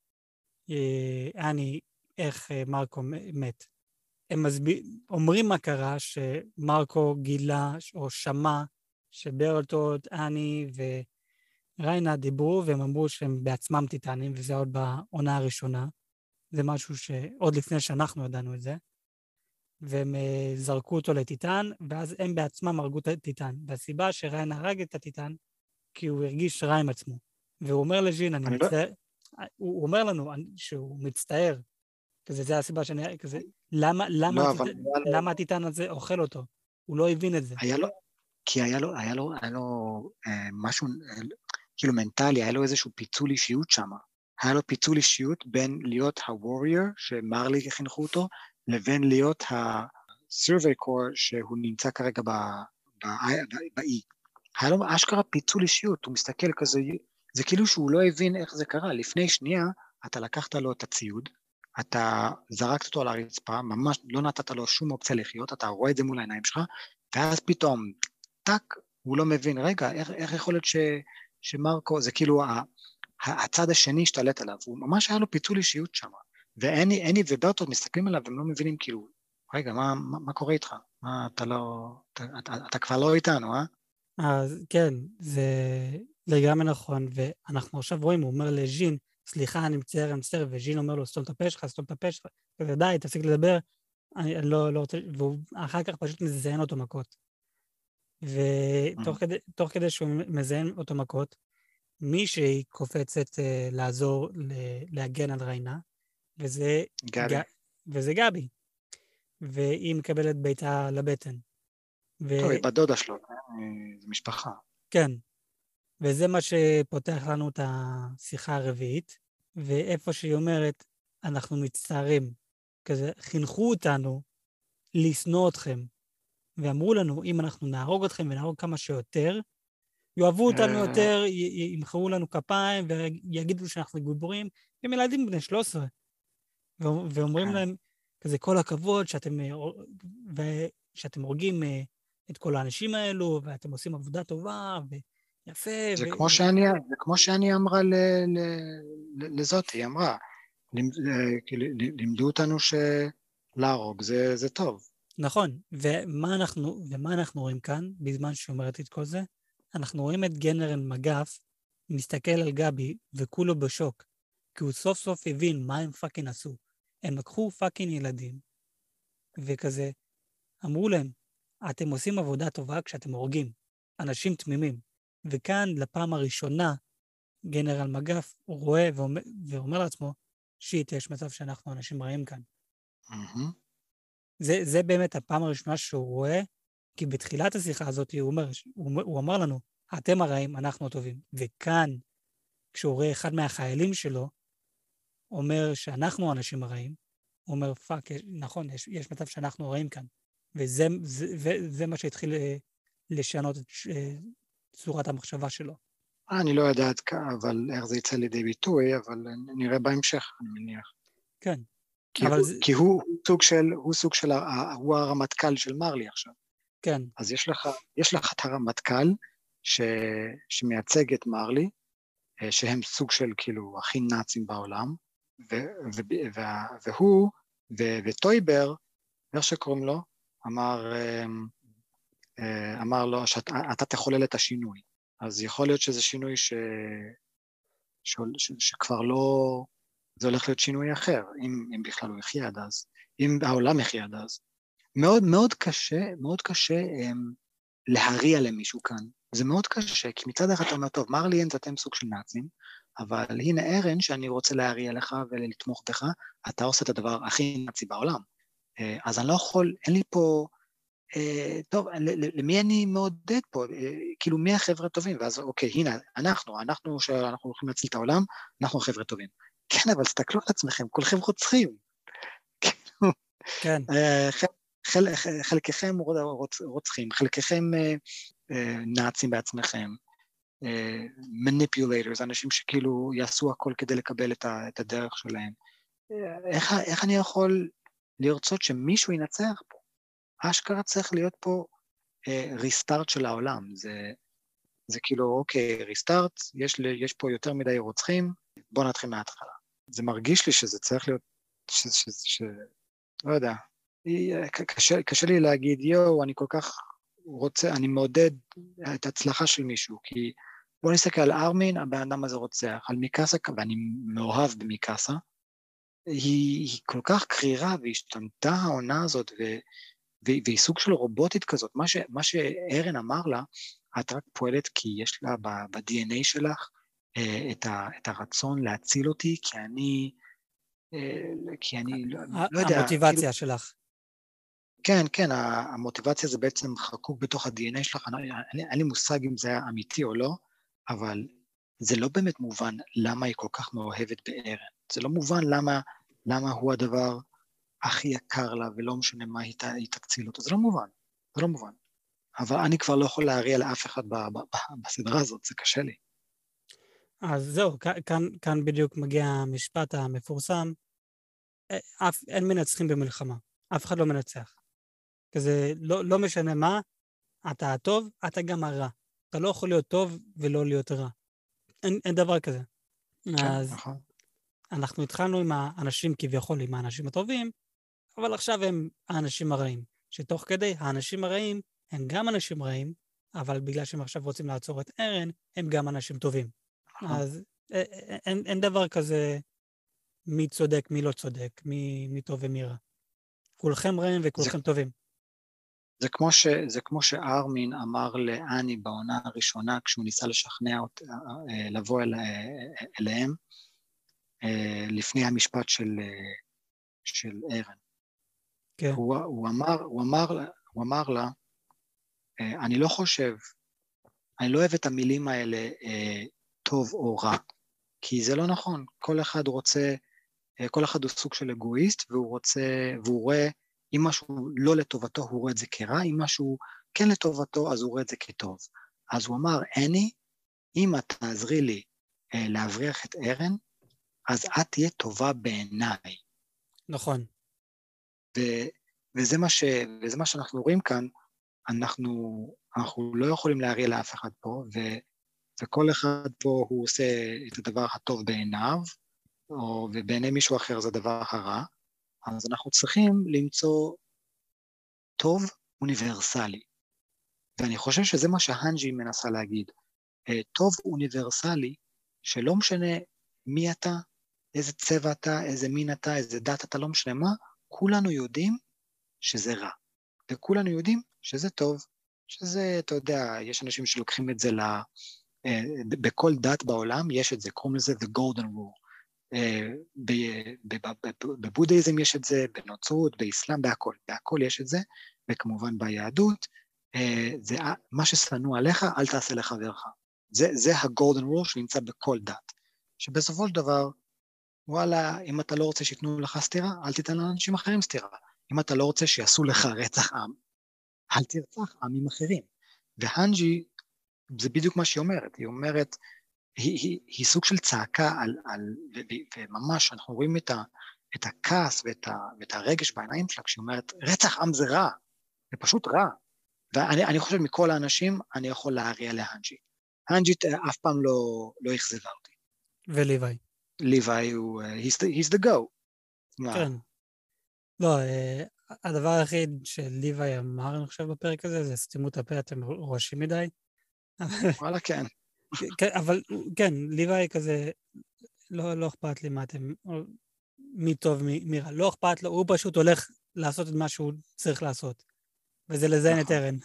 ואני איך uh, מרקו מת. הם מסב... אומרים מה קרה, שמרקו גילה או שמע שברלטוט, אני וריינה דיברו, והם אמרו שהם בעצמם טיטנים, וזה עוד בעונה הראשונה. זה משהו שעוד לפני שאנחנו ידענו את זה. והם uh, זרקו אותו לטיטן, ואז הם בעצמם הרגו את הטיטן. והסיבה שריין הרג את הטיטן, כי הוא הרגיש רע עם עצמו. והוא אומר לג'ין, אני מצטער, לא... הוא, הוא אומר לנו שהוא מצטער, כזה, זה הסיבה שאני, כזה, למה, למה, לא, הטיט... אבל... למה הטיטן הזה אוכל אותו? הוא לא הבין את זה. היה לו, כי היה לו, היה לו, היה לו אה, משהו, אה, כאילו מנטלי, היה לו איזשהו פיצול אישיות שם. היה לו פיצול אישיות בין להיות הווריור, שמרלי חינכו אותו, לבין להיות ה-survey core שהוא נמצא כרגע באי. היה לו אשכרה פיצול אישיות, הוא מסתכל כזה, זה כאילו שהוא לא הבין איך זה קרה. לפני שנייה, אתה לקחת לו את הציוד, אתה זרקת אותו על הרצפה, ממש לא נתת לו שום אופציה לחיות, אתה רואה את זה מול העיניים שלך, ואז פתאום, טק, הוא לא מבין, רגע, איך, איך יכול להיות ש, שמרקו, זה כאילו הצד השני השתלט עליו, הוא ממש היה לו פיצול אישיות שם, ואני, אני וברטוט מסתכלים עליו, והם לא מבינים כאילו, רגע, מה, מה, מה קורה איתך? מה, אתה לא, אתה, אתה, אתה כבר לא איתנו, אה? אז כן, זה לגמרי נכון, ואנחנו עכשיו רואים, הוא אומר לז'ין, סליחה, אני מצטער, אני מצטער, וז'ין אומר לו, סתום את הפה שלך, סתום את הפה שלך, ודי, תפסיק לדבר, אני, אני לא, לא רוצה, והוא אחר כך פשוט מזיין אותו מכות. ותוך כדי, תוך כדי שהוא מזיין אותו מכות, מישהי קופצת uh, לעזור ל- להגן על ריינה, וזה גבי. ג, וזה גבי, והיא מקבלת ביתה לבטן. ו... טוב, היא בדודה שלו, זה משפחה. כן, וזה מה שפותח לנו את השיחה הרביעית, ואיפה שהיא אומרת, אנחנו מצטערים, כזה, חינכו אותנו לשנוא אתכם, ואמרו לנו, אם אנחנו נהרוג אתכם ונהרוג כמה שיותר, יאהבו אותנו יותר, ימחאו לנו כפיים, ויגידו שאנחנו גיבורים, הם ילדים בני שלוש עשרה. ואומרים להם, כזה, כל הכבוד שאתם, שאתם הורגים את כל האנשים האלו, ואתם עושים עבודה טובה, ויפה. זה ו... כמו שאני, זה כמו שאני אמרה ל, ל, לזאת, היא אמרה, לימדו אותנו שלהרוג זה, זה טוב. נכון, ומה אנחנו, ומה אנחנו רואים כאן, בזמן שאומרת את כל זה? אנחנו רואים את גנרן מגף, מסתכל על גבי, וכולו בשוק, כי הוא סוף סוף הבין מה הם פאקינג עשו. הם לקחו פאקינג ילדים, וכזה, אמרו להם, אתם עושים עבודה טובה כשאתם הורגים, אנשים תמימים. וכאן, לפעם הראשונה, גנרל מגף רואה ואומר, ואומר לעצמו, שיט, יש מצב שאנחנו אנשים רעים כאן. Mm-hmm. זה, זה באמת הפעם הראשונה שהוא רואה, כי בתחילת השיחה הזאת הוא אומר, הוא, הוא אמר לנו, אתם הרעים, אנחנו הטובים. וכאן, כשהוא רואה אחד מהחיילים שלו, אומר שאנחנו האנשים הרעים, הוא אומר, פאק, נכון, יש, יש מצב שאנחנו הרעים כאן. וזה זה, זה, זה מה שהתחיל לשנות את צורת המחשבה שלו. אני לא יודעת אבל איך זה יצא לידי ביטוי, אבל נראה בהמשך, אני מניח. כן. כי, אבל הוא, זה... כי הוא סוג של, הוא סוג של, הוא הרמטכ"ל של מרלי עכשיו. כן. אז יש לך, יש לך את הרמטכ"ל ש, שמייצג את מרלי, שהם סוג של כאילו הכי נאצים בעולם, ו, ו, ו, והוא ו, וטויבר, איך שקוראים לו, אמר, אמר לו שאתה תחולל את השינוי. אז יכול להיות שזה שינוי ש, ש, ש, שכבר לא, זה הולך להיות שינוי אחר, אם, אם בכלל הוא יחיה עד אז, אם העולם יחיה עד אז. מאוד מאוד קשה, מאוד קשה um, להריע למישהו כאן. זה מאוד קשה, כי מצד אחד אתה אומר, טוב, מרליאנס אתם סוג של נאצים, אבל הנה ארן שאני רוצה להריע לך ולתמוך בך, אתה עושה את הדבר הכי נאצי בעולם. Uh, אז אני לא יכול, אין לי פה, uh, טוב, למי אני מעודד פה? Uh, כאילו, מי החבר'ה טובים? ואז, אוקיי, הנה, אנחנו, אנחנו שאנחנו הולכים להציל את העולם, אנחנו חבר'ה טובים. כן, אבל תסתכלו על עצמכם, כולכם רוצחים. כן. חל, חלקכם רוצחים, חלקכם נאצים בעצמכם, מניפולטורס, אנשים שכאילו יעשו הכל כדי לקבל את הדרך שלהם. איך, איך אני יכול לרצות שמישהו ינצח פה? אשכרה צריך להיות פה ריסטארט של העולם. זה, זה כאילו, אוקיי, ריסטארט, יש, יש פה יותר מדי רוצחים, בוא נתחיל מההתחלה. זה מרגיש לי שזה צריך להיות, ש, ש, ש, לא יודע, קשה, קשה לי להגיד, יו, אני כל כך רוצה, אני מעודד את ההצלחה של מישהו, כי בוא נסתכל על ארמין, הבן אדם הזה רוצח, על מיקאסה, ואני מאוהב במיקאסה, היא, היא כל כך קרירה, והשתנתה העונה הזאת, ו, ו, והיא סוג של רובוטית כזאת, מה, ש, מה שארן אמר לה, את רק פועלת כי יש לה ב-די אן איי שלך, את, ה, את הרצון להציל אותי, כי אני, כי אני לא, לא יודע. המוטיבציה כאילו, שלך. כן, כן, המוטיבציה זה בעצם חקוק בתוך ה-די אן איי שלך, אין לי מושג אם זה היה אמיתי או לא, אבל זה לא באמת מובן למה היא כל כך מאוהבת בארן. זה לא מובן למה, למה הוא הדבר הכי יקר לה, ולא משנה מה היא, היא תקציל אותו, זה לא מובן, זה לא מובן. אבל אני כבר לא יכול להריע לאף אחד בסדרה הזאת, זה קשה לי. אז זהו, כאן, כאן בדיוק מגיע המשפט המפורסם, אף, אין מנצחים במלחמה, אף אחד לא מנצח. כזה, לא, לא משנה מה, אתה הטוב, אתה גם הרע. אתה לא יכול להיות טוב ולא להיות רע. אין, אין דבר כזה. כן, אז נכון. אנחנו התחלנו עם האנשים כביכול, עם האנשים הטובים, אבל עכשיו הם האנשים הרעים. שתוך כדי האנשים הרעים הם גם אנשים רעים, אבל בגלל שהם עכשיו רוצים לעצור את ארן, הם גם אנשים טובים. אז אין, אין דבר כזה מי צודק, מי לא צודק, מי, מי טוב ומי רע. כולכם רעים וכולכם זה, טובים. זה כמו ש, זה כמו שארמין אמר לאני בעונה הראשונה, כשהוא ניסה לשכנע אות, לבוא אל, אליהם, לפני המשפט של, של ארן. כן. הוא, הוא, אמר, הוא, אמר, הוא אמר לה, אני לא חושב, אני לא אוהב את המילים האלה, טוב או רע, כי זה לא נכון. כל אחד רוצה, כל אחד הוא סוג של אגואיסט, והוא רוצה, והוא רואה, אם משהו לא לטובתו, הוא רואה את זה כרע, אם משהו כן לטובתו, אז הוא רואה את זה כטוב. אז הוא אמר, אני, אם את תעזרי לי להבריח את ארן, אז את תהיה טובה בעיניי. נכון. ו- וזה מה ש- וזה מה שאנחנו רואים כאן, אנחנו, אנחנו לא יכולים להריע לאף אחד פה, ו- וכל אחד פה הוא עושה את הדבר הטוב בעיניו, או, ובעיני מישהו אחר זה הדבר הרע, אז אנחנו צריכים למצוא טוב אוניברסלי. ואני חושב שזה מה שהאנג'י מנסה להגיד. טוב אוניברסלי, שלא משנה מי אתה, איזה צבע אתה, איזה מין אתה, איזה דת אתה, לא משנה מה, כולנו יודעים שזה רע. וכולנו יודעים שזה טוב, שזה, אתה יודע, יש אנשים שלוקחים את זה ל... בכל דת בעולם יש את זה, קוראים לזה the golden rule. בבודהיזם יש את זה, בנוצרות, באסלאם, בהכל, בהכל יש את זה, וכמובן ביהדות, זה מה ששנוא עליך, אל תעשה לחברך. זה, זה ה-golden rule שנמצא בכל דת. שבסופו של דבר, וואלה, אם אתה לא רוצה שיתנו לך סתירה, אל תיתן לאנשים אחרים סתירה. אם אתה לא רוצה שיעשו לך רצח עם, אל תרצח עמים אחרים. והנג'י, זה בדיוק מה שהיא אומרת. היא אומרת, היא, היא, היא סוג של צעקה על, על ו, ו, וממש אנחנו רואים את, ה, את הכעס ואת, ה, ואת הרגש בעיניים שלה, כשהיא אומרת, רצח עם זה רע, זה פשוט רע. ואני אני חושב מכל האנשים, אני יכול להריע להנג'י. הנג'י אף פעם לא, לא יחזבה אותי. וליוואי. ליוואי הוא, he's the, he's the go. כן. לא, הדבר היחיד שליוואי אמר, אני חושב, בפרק הזה, זה סתימו את הפה, אתם רועשים מדי. וואלה, כן. אבל כן, ליוואי כזה, לא, לא אכפת לי מה אתם, מי טוב, מי, מי רע. לא אכפת לו, הוא פשוט הולך לעשות את מה שהוא צריך לעשות. וזה לזיין את ארן.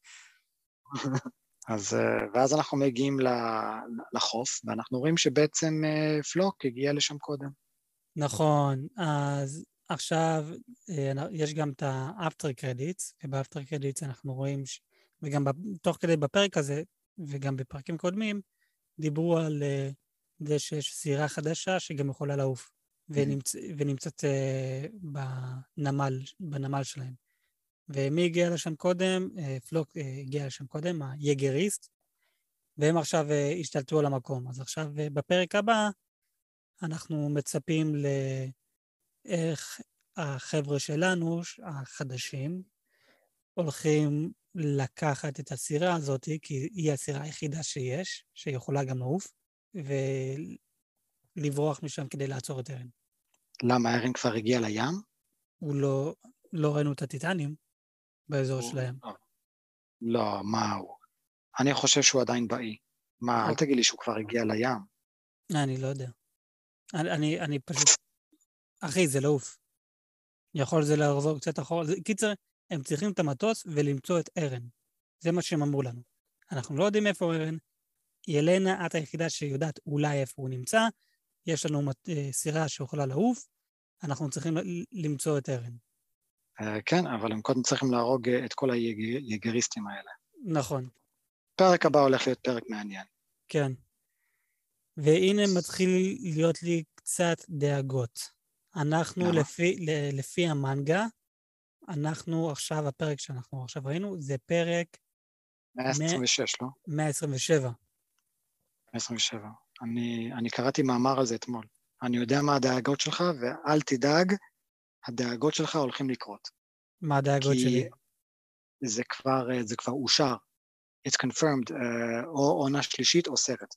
אז, ואז אנחנו מגיעים לחוף, ואנחנו רואים שבעצם פלוק הגיע לשם קודם. נכון, אז עכשיו יש גם את האפטר קרדיטס, ובאפטר קרדיטס אנחנו רואים, ש... וגם תוך כדי בפרק הזה, וגם בפרקים קודמים, דיברו על זה שיש סירה חדשה שגם יכולה לעוף, ונמצ... ונמצאת בנמל, בנמל שלהם. ומי הגיע לשם קודם? פלוק הגיע לשם קודם, היגריסט, והם עכשיו השתלטו על המקום. אז עכשיו בפרק הבא, אנחנו מצפים לאיך החבר'ה שלנו, החדשים, הולכים לקחת את הסירה הזאת, כי היא הסירה היחידה שיש, שיכולה גם לעוף, ולברוח משם כדי לעצור את ארן. למה, ארן כבר הגיע לים? הוא לא, לא ראינו את הטיטנים באזור הוא... שלהם. לא. לא, מה הוא? אני חושב שהוא עדיין באי. מה, אל תגיד לי שהוא כבר הגיע לים. אני לא יודע. אני, אני, אני פשוט... אחי, זה לעוף. יכול זה לחזור קצת אחורה. קיצר, הם צריכים את המטוס ולמצוא את ארן. זה מה שהם אמרו לנו. אנחנו לא יודעים איפה ארן. ילנה, את היחידה שיודעת אולי איפה הוא נמצא. יש לנו סירה שיכולה לעוף. אנחנו צריכים למצוא את ארן. כן, אבל הם קודם צריכים להרוג את כל היגריסטים האלה. נכון. פרק הבא הולך להיות פרק מעניין. כן. והנה מתחיל להיות לי קצת דאגות. אנחנו, לפי, לפי המנגה, אנחנו עכשיו, הפרק שאנחנו עכשיו ראינו, זה פרק... מאה עשרים ושש, לא? מאה עשרים ושבע. מאה עשרים ושבע. אני, אני קראתי מאמר על זה אתמול. אני יודע מה הדאגות שלך, ואל תדאג, הדאגות שלך הולכים לקרות. מה הדאגות שלי? כי זה כבר, זה כבר אושר. It's confirmed, או עונה שלישית או סרט.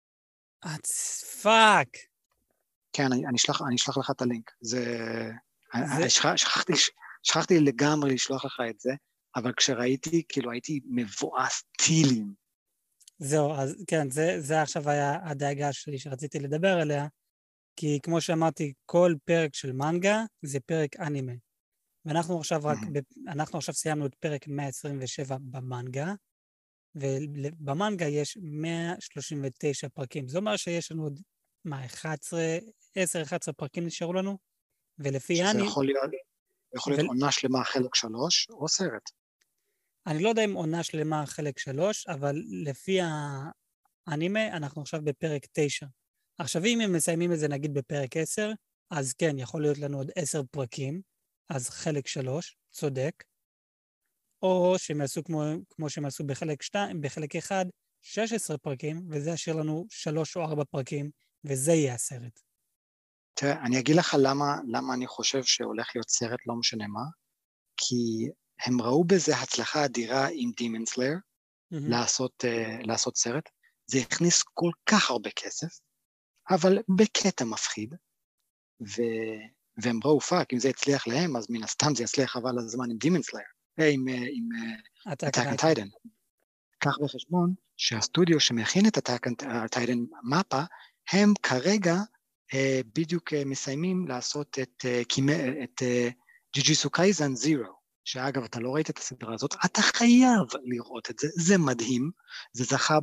פאק! כן, אני, אני, אשלח, אני אשלח לך את הלינק. זה... זה... שכח, שכחתי, שכחתי לגמרי לשלוח לך את זה, אבל כשראיתי, כאילו הייתי מבואס טילים. זהו, אז כן, זה, זה עכשיו היה הדאגה שלי שרציתי לדבר עליה, כי כמו שאמרתי, כל פרק של מנגה זה פרק אנימה. ואנחנו עכשיו רק, mm-hmm. אנחנו עכשיו סיימנו את פרק מאה עשרים ושבע במנגה, ובמנגה יש מאה שלושים ותשע פרקים. זאת אומרת שיש לנו עוד, מה, אחת עשרה, עשר אחת עשרה פרקים נשארו לנו? ולפי שזה אני... יכול להיות, יכול להיות ו... עונה שלמה חלק שלוש, או סרט. אני לא יודע אם עונה שלמה חלק שלוש, אבל לפי האנימה, אנחנו עכשיו בפרק תשע. עכשיו, אם הם מסיימים את זה, נגיד בפרק עשר, אז כן, יכול להיות לנו עוד עשר פרקים, אז חלק שלוש, צודק. או שהם יעשו כמו, כמו שהם עשו בחלק שתיים, בחלק אחד, שש עשרה פרקים, וזה ישאיר לנו שלוש או ארבע פרקים, וזה יהיה הסרט. תראה, אני אגיד לך למה, למה אני חושב שהולך להיות סרט, לא משנה מה, כי הם ראו בזה הצלחה אדירה עם Demon Slayer, mm-hmm. לעשות, uh, לעשות סרט. זה הכניס כל כך הרבה כסף, אבל בקטע מפחיד, ו... והם ראו פאק, אם זה הצליח להם, אז מן הסתם זה יצליח אבל הזמן עם Demon Slayer, עם, עם Attack on Titan. כך בחשבון שהסטודיו שמכין את Attack on Titan מפה, הם כרגע uh, בדיוק uh, מסיימים לעשות את, uh, את uh, Jujutsu Kaisen Zero, שאגב, אתה לא ראית את הסדרה הזאת, אתה חייב לראות את זה, זה מדהים, זה זכה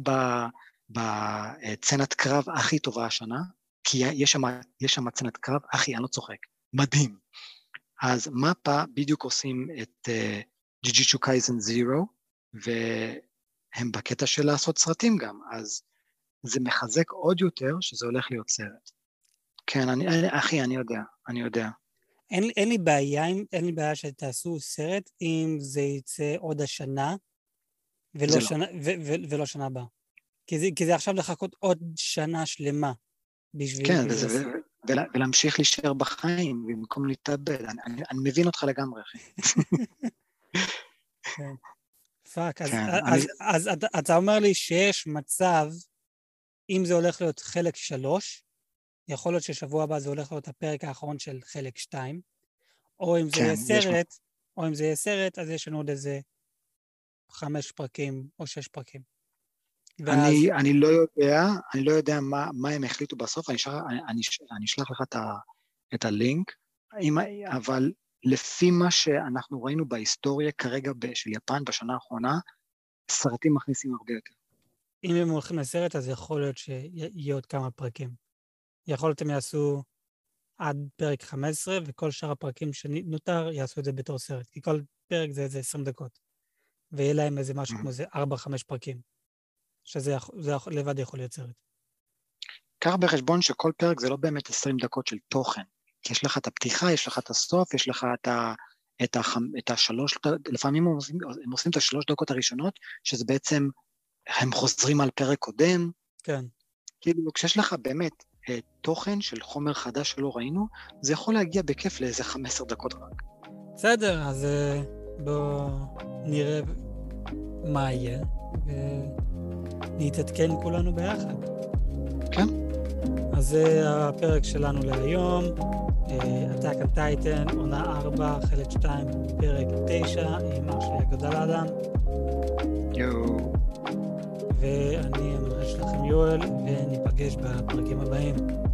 בצנת קרב הכי טובה השנה, כי יש שם, יש שם צנת קרב, אחי, אני לא צוחק, מדהים. אז מפה בדיוק עושים את ג'יג'יצ'ו קייזן זירו, והם בקטע של לעשות סרטים גם, אז זה מחזק עוד יותר שזה הולך להיות סרט. כן, אני, אחי, אני יודע, אני יודע. אין, אין לי בעיה, אין לי בעיה שתעשו סרט, אם זה יצא עוד השנה, ולא, שנה, לא. ו, ו, ולא שנה הבאה. כי זה, כי זה עכשיו לחכות עוד שנה שלמה, בשביל... כן, וזה, ו, ו, ולהמשיך להישאר בחיים, במקום להתאבד. אני, אני, אני מבין אותך לגמרי, אחי. כן. פאק, אז, כן, אז, אני... אז, אז אתה, אתה אומר לי שיש מצב, אם זה הולך להיות חלק שלוש, יכול להיות ששבוע הבא זה הולך להיות הפרק האחרון של חלק שתיים, או אם זה כן, יהיה סרט, יש... או אם זה יהיה סרט, אז יש לנו עוד איזה חמש פרקים או שש פרקים. ואז... אני, אני לא יודע, אני לא יודע מה, מה הם החליטו בסוף, אני, שר, אני, אני, אני אשלח לך את, ה, את הלינק, אבל לפי מה שאנחנו ראינו בהיסטוריה כרגע של יפן בשנה האחרונה, סרטים מכניסים הרבה יותר. אם הם הולכים לסרט, אז יכול להיות שיהיה עוד כמה פרקים. יכול להיות הם יעשו עד פרק חמש עשרה, וכל שאר הפרקים שנותר יעשו את זה בתור סרט, כי כל פרק זה איזה עשרים דקות, ויהיה להם איזה משהו כמו זה ארבע חמש פרקים, שזה זה לבד יכול להיות סרט. קח בחשבון שכל פרק זה לא באמת עשרים דקות של תוכן, כי יש לך את הפתיחה, יש לך את הסוף, יש לך את ה... את, החמ... את השלוש, לפעמים הם עושים, הם עושים את השלוש דקות הראשונות, שזה בעצם, הם חוזרים על פרק קודם. כן. כאילו, כשיש לך באמת תוכן של חומר חדש שלא ראינו, זה יכול להגיע בכיף לאיזה חמש עשרה דקות רק. בסדר, אז בואו נראה מה יהיה, ונתעדכן כולנו ביחד. כן. אז זה הפרק שלנו להיום. Attack on Titan, עונה ארבע, חלק שתיים, פרק תשע, עם אח שלי הגדול האדם. יואו. ואני המנחה שלכם יואל, וניפגש בפרקים הבאים.